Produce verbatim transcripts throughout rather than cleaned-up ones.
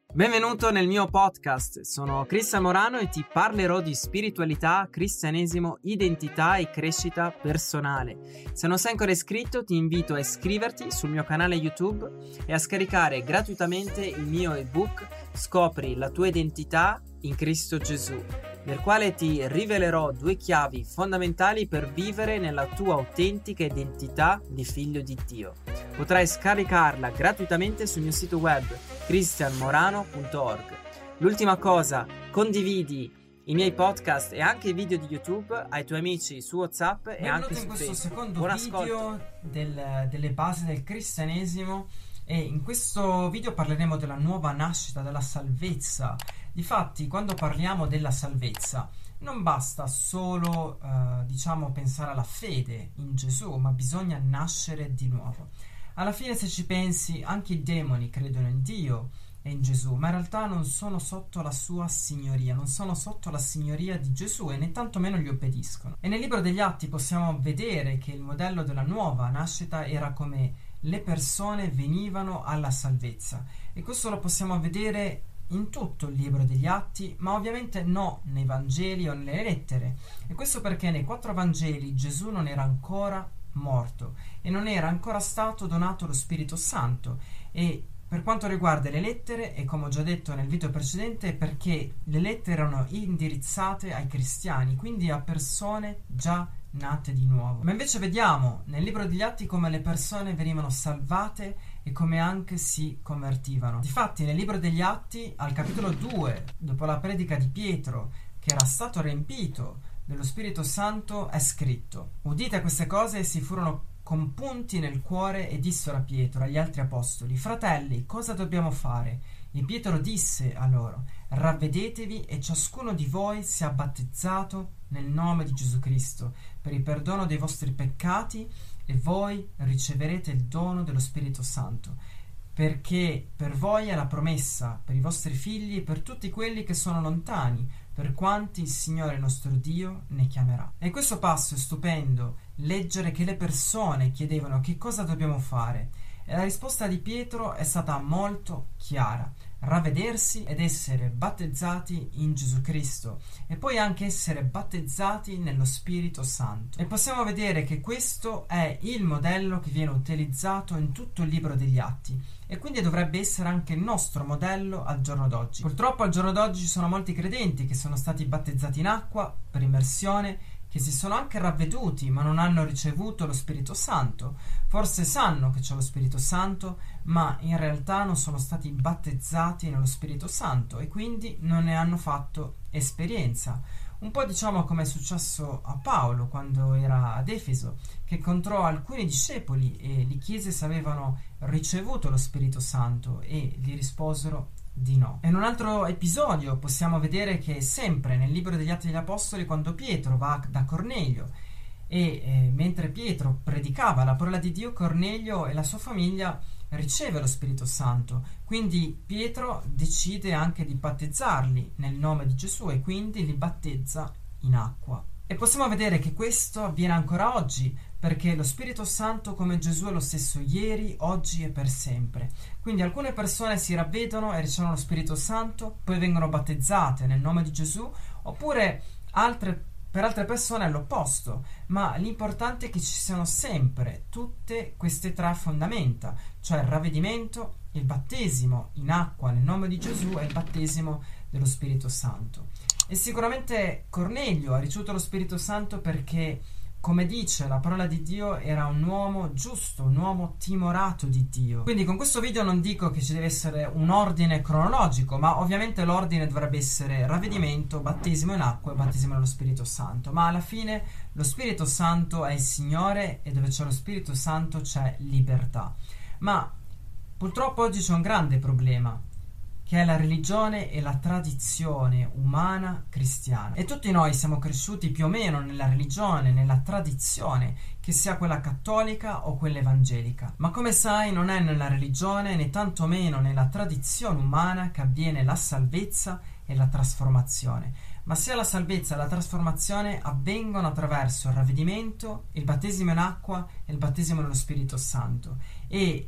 Benvenuto nel mio podcast, sono Cristian Morano e ti parlerò di spiritualità, cristianesimo, identità e crescita personale. Se non sei ancora iscritto ti invito a iscriverti sul mio canale YouTube e a scaricare gratuitamente il mio ebook Scopri la tua identità in Cristo Gesù, nel quale ti rivelerò due chiavi fondamentali per vivere nella tua autentica identità di figlio di Dio. Potrai scaricarla gratuitamente sul mio sito web cristian morano punto org. L'ultima cosa, condividi i miei podcast e anche i video di YouTube ai tuoi amici su WhatsApp e anche su Facebook. Benvenuti in questo secondo Buon video del, delle basi del cristianesimo, e in questo video parleremo della nuova nascita, della salvezza. Difatti, quando parliamo della salvezza non basta solo eh, diciamo pensare alla fede in Gesù, ma bisogna nascere di nuovo. Alla fine, se ci pensi, anche i demoni credono in Dio e in Gesù, ma in realtà non sono sotto la sua signoria, non sono sotto la signoria di Gesù e né tantomeno gli obbediscono. E nel libro degli Atti possiamo vedere che il modello della nuova nascita era come le persone venivano alla salvezza, e questo lo possiamo vedere in tutto il libro degli Atti, ma ovviamente no nei Vangeli o nelle lettere. E questo perché nei quattro Vangeli Gesù non era ancora morto e non era ancora stato donato lo Spirito Santo. E per quanto riguarda le lettere, e come ho già detto nel video precedente, perché le lettere erano indirizzate ai cristiani, quindi a persone già nate di nuovo. Ma invece vediamo nel libro degli Atti come le persone venivano salvate e come anche si convertivano. Difatti nel libro degli Atti, al capitolo due, dopo la predica di Pietro, che era stato riempito dello Spirito Santo, è scritto: udite queste cose, e si furono compunti nel cuore e dissero a Pietro e agli altri apostoli: fratelli, cosa dobbiamo fare? E Pietro disse a loro: ravvedetevi e ciascuno di voi sia battezzato nel nome di Gesù Cristo per il perdono dei vostri peccati, e voi riceverete il dono dello Spirito Santo, perché per voi è la promessa, per i vostri figli e per tutti quelli che sono lontani, per quanti il Signore nostro Dio ne chiamerà. E questo passo è stupendo, leggere che le persone chiedevano: che cosa dobbiamo fare? E la risposta di Pietro è stata molto chiara: ravvedersi ed essere battezzati in Gesù Cristo, e poi anche essere battezzati nello Spirito Santo. E possiamo vedere che questo è il modello che viene utilizzato in tutto il libro degli Atti, e quindi dovrebbe essere anche il nostro modello al giorno d'oggi. Purtroppo al giorno d'oggi ci sono molti credenti che sono stati battezzati in acqua per immersione, che si sono anche ravveduti ma non hanno ricevuto lo Spirito Santo. Forse sanno che c'è lo Spirito Santo, ma in realtà non sono stati battezzati nello Spirito Santo e quindi non ne hanno fatto esperienza. Un po' diciamo come è successo a Paolo quando era ad Efeso, che incontrò alcuni discepoli e gli chiese se avevano ricevuto lo Spirito Santo e gli risposero di no. In un altro episodio possiamo vedere che sempre nel libro degli Atti degli Apostoli, quando Pietro va da Cornelio e eh, mentre Pietro predicava la parola di Dio, Cornelio e la sua famiglia riceve lo Spirito Santo, quindi Pietro decide anche di battezzarli nel nome di Gesù e quindi li battezza in acqua. E possiamo vedere che questo avviene ancora oggi, perché lo Spirito Santo, come Gesù, è lo stesso ieri, oggi e per sempre. Quindi alcune persone si ravvedono e ricevono lo Spirito Santo, poi vengono battezzate nel nome di Gesù, oppure altre, per altre persone è l'opposto. Ma l'importante è che ci siano sempre tutte queste tre fondamenta, cioè il ravvedimento, il battesimo in acqua nel nome di Gesù e il battesimo dello Spirito Santo. E sicuramente Cornelio ha ricevuto lo Spirito Santo perché, come dice la parola di Dio, era un uomo giusto, un uomo timorato di Dio. Quindi con questo video non dico che ci deve essere un ordine cronologico, ma ovviamente l'ordine dovrebbe essere ravvedimento, battesimo in acqua e battesimo nello Spirito Santo. Ma alla fine lo Spirito Santo è il Signore, e dove c'è lo Spirito Santo c'è libertà. Ma purtroppo oggi c'è un grande problema, che è la religione e la tradizione umana cristiana. E tutti noi siamo cresciuti più o meno nella religione, nella tradizione, che sia quella cattolica o quella evangelica. Ma come sai, non è nella religione né tantomeno nella tradizione umana che avviene la salvezza e la trasformazione, ma sia la salvezza e la trasformazione avvengono attraverso il ravvedimento, il battesimo in acqua e il battesimo nello Spirito Santo. E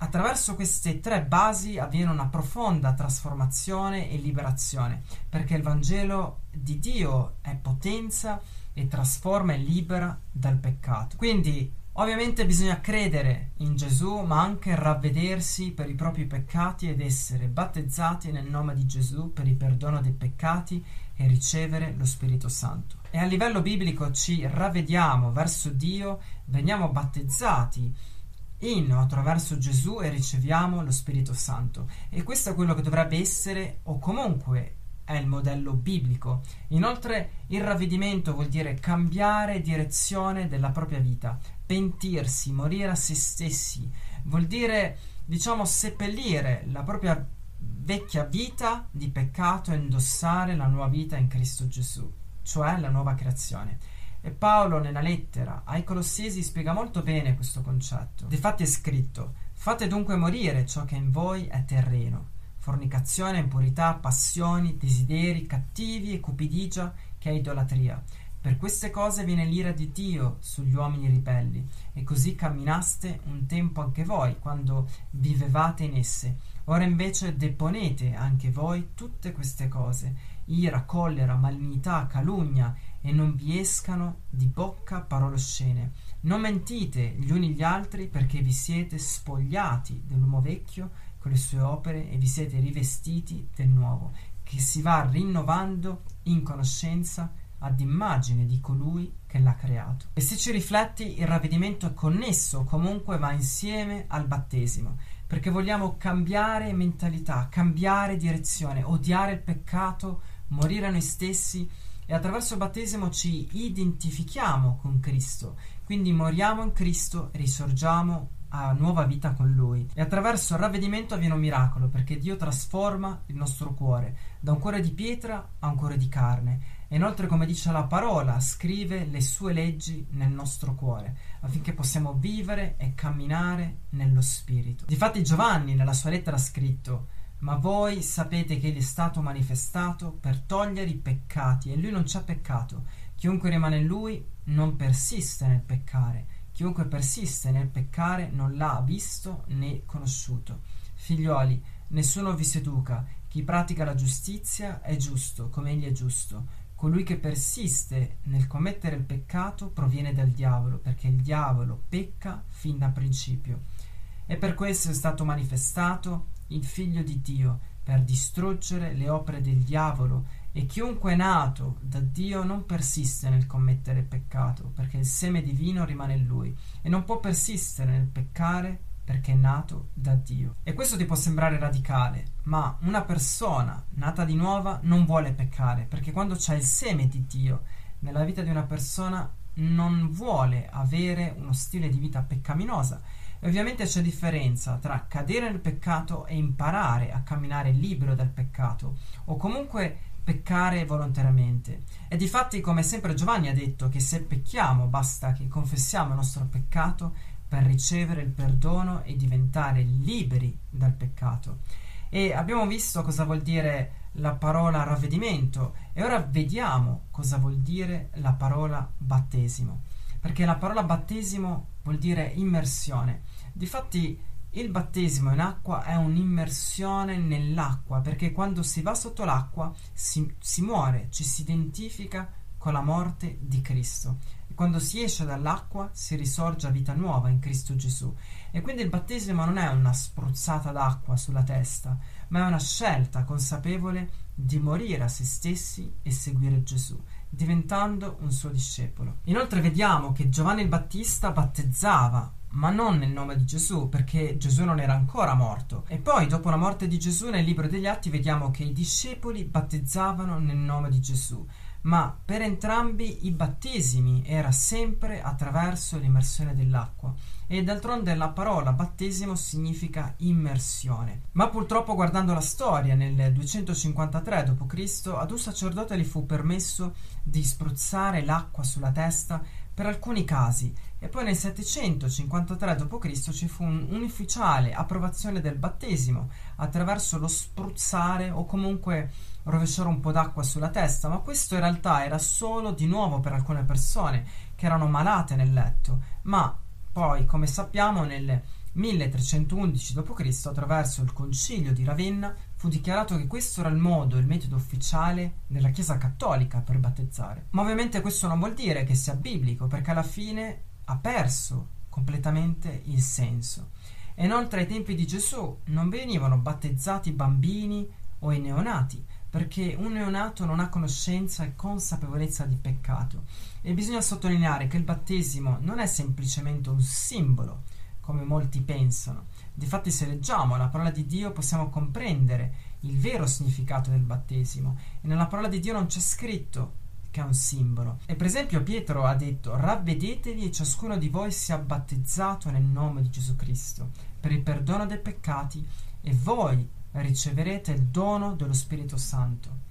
attraverso queste tre basi avviene una profonda trasformazione e liberazione, perché il Vangelo di Dio è potenza e trasforma e libera dal peccato. Quindi ovviamente bisogna credere in Gesù, ma anche ravvedersi per i propri peccati ed essere battezzati nel nome di Gesù per il perdono dei peccati e ricevere lo Spirito Santo. E a livello biblico ci ravvediamo verso Dio, veniamo battezzati in o attraverso Gesù e riceviamo lo Spirito Santo. E questo è quello che dovrebbe essere, o comunque è il modello biblico. Inoltre il ravvedimento vuol dire cambiare direzione della propria vita, pentirsi, morire a se stessi, vuol dire, diciamo, seppellire la propria vecchia vita di peccato e indossare la nuova vita in Cristo Gesù, cioè la nuova creazione. E Paolo nella lettera ai Colossesi spiega molto bene questo concetto. Difatti è scritto: fate dunque morire ciò che in voi è terreno, fornicazione, impurità, passioni, desideri cattivi e cupidigia, che è idolatria. Per queste cose viene l'ira di Dio sugli uomini ribelli, e così camminaste un tempo anche voi, quando vivevate in esse. Ora invece deponete anche voi tutte queste cose: ira, collera, malignità, calunnia, e non vi escano di bocca parole oscene. Non mentite gli uni gli altri, perché vi siete spogliati dell'uomo vecchio con le sue opere e vi siete rivestiti del nuovo, che si va rinnovando in conoscenza ad immagine di colui che l'ha creato. E se ci rifletti, il ravvedimento è connesso, comunque va insieme al battesimo, perché vogliamo cambiare mentalità, cambiare direzione, odiare il peccato, morire a noi stessi, e attraverso il battesimo ci identifichiamo con Cristo. Quindi moriamo in Cristo e risorgiamo a nuova vita con Lui. E attraverso il ravvedimento avviene un miracolo, perché Dio trasforma il nostro cuore da un cuore di pietra a un cuore di carne. E inoltre, come dice la parola, scrive le sue leggi nel nostro cuore, affinché possiamo vivere e camminare nello Spirito. Difatti Giovanni nella sua lettera ha scritto: ma voi sapete che egli è stato manifestato per togliere i peccati, e lui non c'ha peccato. Chiunque rimane in lui non persiste nel peccare. Chiunque persiste nel peccare non l'ha visto né conosciuto. Figlioli, nessuno vi seduca. Chi pratica la giustizia è giusto, come egli è giusto. Colui che persiste nel commettere il peccato proviene dal diavolo, perché il diavolo pecca fin da principio. E per questo è stato manifestato il Figlio di Dio, per distruggere le opere del diavolo. E chiunque è nato da Dio non persiste nel commettere il peccato, perché il seme divino rimane in lui, e non può persistere nel peccare perché è nato da Dio. E questo ti può sembrare radicale, ma una persona nata di nuova non vuole peccare, perché quando c'è il seme di Dio nella vita di una persona non vuole avere uno stile di vita peccaminosa. E ovviamente c'è differenza tra cadere nel peccato e imparare a camminare libero dal peccato, o comunque peccare volontariamente. E difatti, come sempre Giovanni ha detto, che se pecchiamo basta che confessiamo il nostro peccato per ricevere il perdono e diventare liberi dal peccato. E abbiamo visto cosa vuol dire la parola ravvedimento, e ora vediamo cosa vuol dire la parola battesimo, perché la parola battesimo vuol dire immersione. Difatti il battesimo in acqua è un'immersione nell'acqua, perché quando si va sotto l'acqua si, si muore, ci si identifica con la morte di Cristo, e quando si esce dall'acqua si risorge a vita nuova in Cristo Gesù. E quindi il battesimo non è una spruzzata d'acqua sulla testa, ma è una scelta consapevole di morire a se stessi e seguire Gesù, diventando un suo discepolo. Inoltre vediamo che Giovanni il Battista battezzava, ma non nel nome di Gesù, perché Gesù non era ancora morto. E poi, dopo la morte di Gesù, nel libro degli Atti vediamo che i discepoli battezzavano nel nome di Gesù, ma per entrambi i battesimi era sempre attraverso l'immersione dell'acqua. E d'altronde la parola battesimo significa immersione. Ma purtroppo, guardando la storia, nel duecentocinquantatré dopo Cristo ad un sacerdote gli fu permesso di spruzzare l'acqua sulla testa per alcuni casi, e poi nel settecentocinquantatré dopo Cristo ci fu un, un'ufficiale approvazione del battesimo attraverso lo spruzzare o comunque rovesciare un po' d'acqua sulla testa. Ma questo in realtà era solo di nuovo per alcune persone che erano malate nel letto, ma poi, come sappiamo, nel milletrecentoundici dopo Cristo, attraverso il concilio di Ravenna, fu dichiarato che questo era il modo, il metodo ufficiale della Chiesa cattolica per battezzare. Ma ovviamente questo non vuol dire che sia biblico, perché alla fine ha perso completamente il senso. E inoltre ai tempi di Gesù non venivano battezzati bambini o i neonati, perché un neonato non ha conoscenza e consapevolezza di peccato. E bisogna sottolineare che il battesimo non è semplicemente un simbolo, come molti pensano. Difatti, se leggiamo la parola di Dio possiamo comprendere il vero significato del battesimo, e nella parola di Dio non c'è scritto che è un simbolo. E per esempio Pietro ha detto: ravvedetevi e ciascuno di voi sia battezzato nel nome di Gesù Cristo per il perdono dei peccati, e voi riceverete il dono dello Spirito Santo.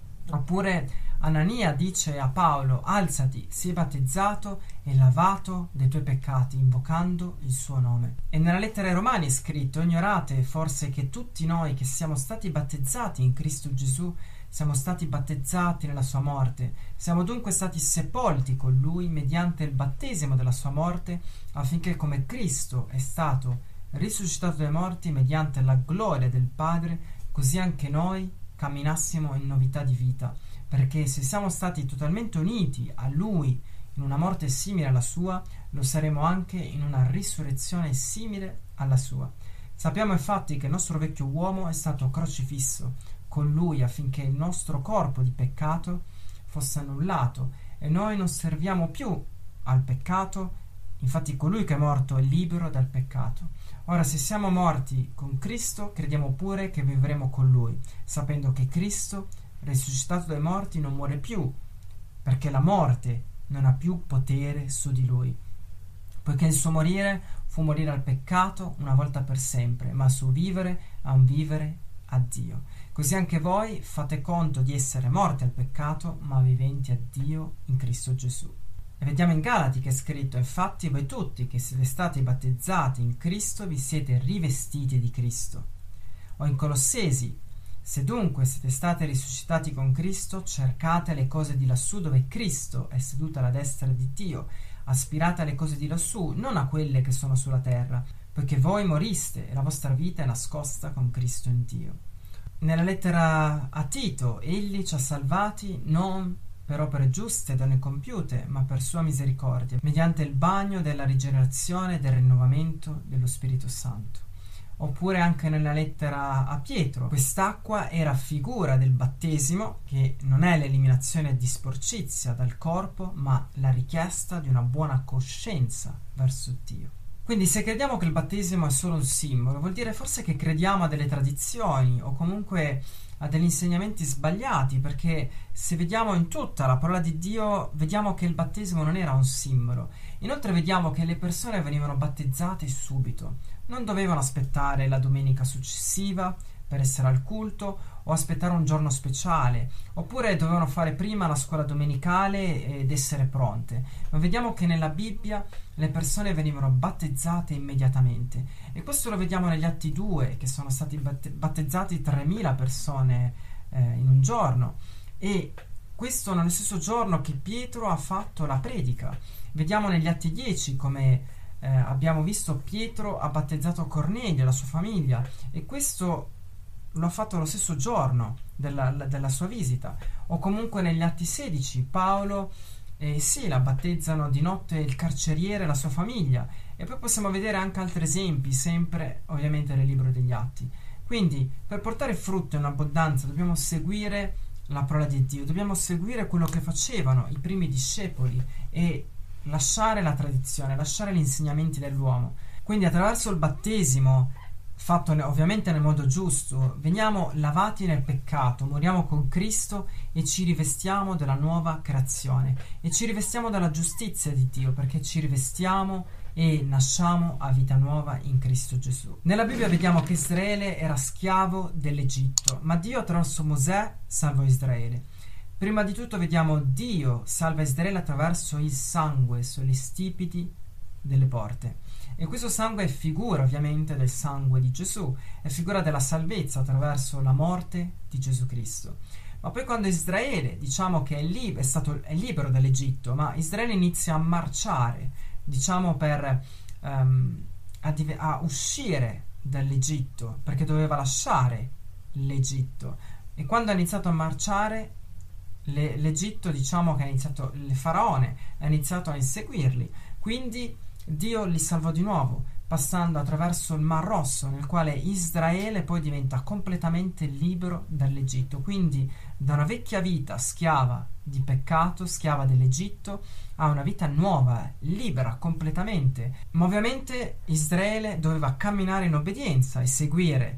Oppure Anania dice a Paolo: alzati, sii battezzato e lavato dei tuoi peccati, invocando il suo nome. E nella lettera ai Romani è scritto: ignorate forse che tutti noi che siamo stati battezzati in Cristo Gesù siamo stati battezzati nella sua morte, siamo dunque stati sepolti con lui mediante il battesimo della sua morte, affinché come Cristo è stato risuscitato dai morti mediante la gloria del Padre, così anche noi camminassimo in novità di vita, perché se siamo stati totalmente uniti a Lui in una morte simile alla sua, lo saremo anche in una risurrezione simile alla sua. Sappiamo infatti che il nostro vecchio uomo è stato crocifisso con Lui affinché il nostro corpo di peccato fosse annullato e noi non serviamo più al peccato. Infatti colui che è morto è libero dal peccato. Ora, se siamo morti con Cristo, crediamo pure che vivremo con Lui, sapendo che Cristo, risuscitato dai morti, non muore più, perché la morte non ha più potere su di Lui, poiché il suo morire fu morire al peccato una volta per sempre, ma il suo vivere a un vivere a Dio. Così anche voi fate conto di essere morti al peccato, ma viventi a Dio in Cristo Gesù. E vediamo in Galati che è scritto: infatti voi tutti che siete stati battezzati in Cristo vi siete rivestiti di Cristo. O in Colossesi: se dunque siete stati risuscitati con Cristo, cercate le cose di lassù dove Cristo è seduto alla destra di Dio, aspirate alle cose di lassù, non a quelle che sono sulla terra, poiché voi moriste e la vostra vita è nascosta con Cristo in Dio. Nella lettera a Tito: egli ci ha salvati non per opere giuste da noi compiute, ma per sua misericordia, mediante il bagno della rigenerazione e del rinnovamento dello Spirito Santo. Oppure anche nella lettera a Pietro: quest'acqua era figura del battesimo, che non è l'eliminazione di sporcizia dal corpo, ma la richiesta di una buona coscienza verso Dio. Quindi se crediamo che il battesimo è solo un simbolo, vuol dire forse che crediamo a delle tradizioni o comunque a degli insegnamenti sbagliati, perché se vediamo in tutta la parola di Dio, vediamo che il battesimo non era un simbolo. Inoltre vediamo che le persone venivano battezzate subito, non dovevano aspettare la domenica successiva per essere al culto o aspettare un giorno speciale, oppure dovevano fare prima la scuola domenicale ed essere pronte. Ma vediamo che nella Bibbia le persone venivano battezzate immediatamente, e questo lo vediamo negli Atti due, che sono stati batte- battezzati tremila persone eh, in un giorno, e questo nello stesso giorno che Pietro ha fatto la predica. Vediamo negli Atti dieci come eh, abbiamo visto Pietro ha battezzato Cornelio e la sua famiglia, e questo lo ha fatto lo stesso giorno della, della sua visita. O comunque negli Atti sedici Paolo e Sila battezzano di notte il carceriere e la sua famiglia, e poi possiamo vedere anche altri esempi, sempre ovviamente nel libro degli Atti. Quindi per portare frutto in abbondanza dobbiamo seguire la parola di Dio, dobbiamo seguire quello che facevano i primi discepoli e lasciare la tradizione, lasciare gli insegnamenti dell'uomo. Quindi attraverso il battesimo, fatto ovviamente nel modo giusto, veniamo lavati nel peccato, moriamo con Cristo e ci rivestiamo della nuova creazione e ci rivestiamo della giustizia di Dio, perché ci rivestiamo e nasciamo a vita nuova in Cristo Gesù. Nella Bibbia vediamo che Israele era schiavo dell'Egitto, ma Dio attraverso Mosè salvò Israele. Prima di tutto vediamo Dio salva Israele attraverso il sangue sugli stipiti delle porte. E questo sangue è figura ovviamente del sangue di Gesù, è figura della salvezza attraverso la morte di Gesù Cristo. Ma poi quando Israele, diciamo che è, lib- è, stato, è libero dall'Egitto, ma Israele inizia a marciare, diciamo per um, a, div- a uscire dall'Egitto, perché doveva lasciare l'Egitto. E quando ha iniziato a marciare, le- l'Egitto, diciamo che ha iniziato, il faraone ha iniziato a inseguirli. Quindi Dio li salvò di nuovo, passando attraverso il Mar Rosso, nel quale Israele poi diventa completamente libero dall'Egitto. Quindi da una vecchia vita schiava di peccato, schiava dell'Egitto, a una vita nuova, libera completamente. Ma ovviamente Israele doveva camminare in obbedienza e seguire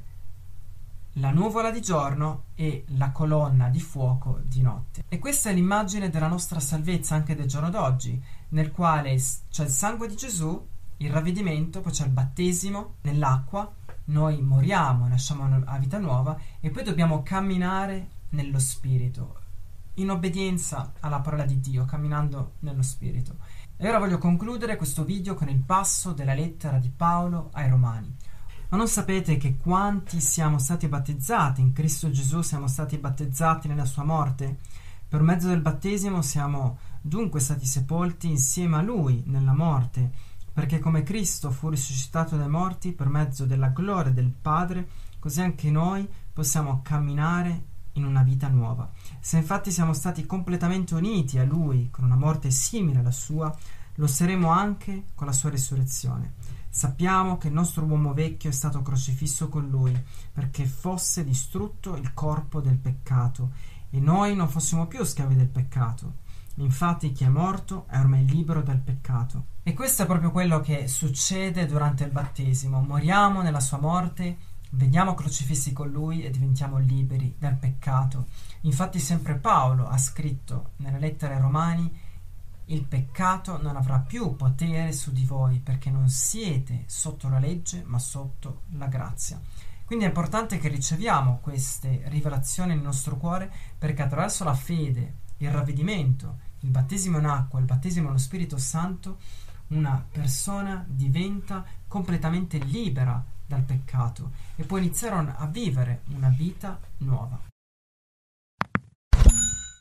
la nuvola di giorno e la colonna di fuoco di notte. E questa è l'immagine della nostra salvezza anche del giorno d'oggi, nel quale c'è il sangue di Gesù, il ravvedimento, poi c'è il battesimo nell'acqua, noi moriamo, nasciamo a vita nuova e poi dobbiamo camminare nello Spirito, in obbedienza alla parola di Dio, camminando nello Spirito. E ora voglio concludere questo video con il passo della lettera di Paolo ai Romani. Ma non sapete che quanti siamo stati battezzati in Cristo Gesù, siamo stati battezzati nella sua morte? Per mezzo del battesimo siamo dunque stati sepolti insieme a Lui nella morte, perché come Cristo fu risuscitato dai morti per mezzo della gloria del Padre, così anche noi possiamo camminare in una vita nuova. Se infatti siamo stati completamente uniti a Lui con una morte simile alla sua, lo saremo anche con la sua risurrezione. Sappiamo che il nostro uomo vecchio è stato crocifisso con Lui, perché fosse distrutto il corpo del peccato, e noi non fossimo più schiavi del peccato. Infatti chi è morto è ormai libero dal peccato. E questo è proprio quello che succede durante il battesimo. Moriamo nella sua morte, veniamo crocifissi con Lui e diventiamo liberi dal peccato. Infatti sempre Paolo ha scritto nella lettera ai Romani: il peccato non avrà più potere su di voi, perché non siete sotto la legge ma sotto la grazia. Quindi è importante che riceviamo queste rivelazioni nel nostro cuore, perché attraverso la fede, il ravvedimento, il battesimo in acqua, il battesimo nello Spirito Santo, una persona diventa completamente libera dal peccato e può iniziare a vivere una vita nuova.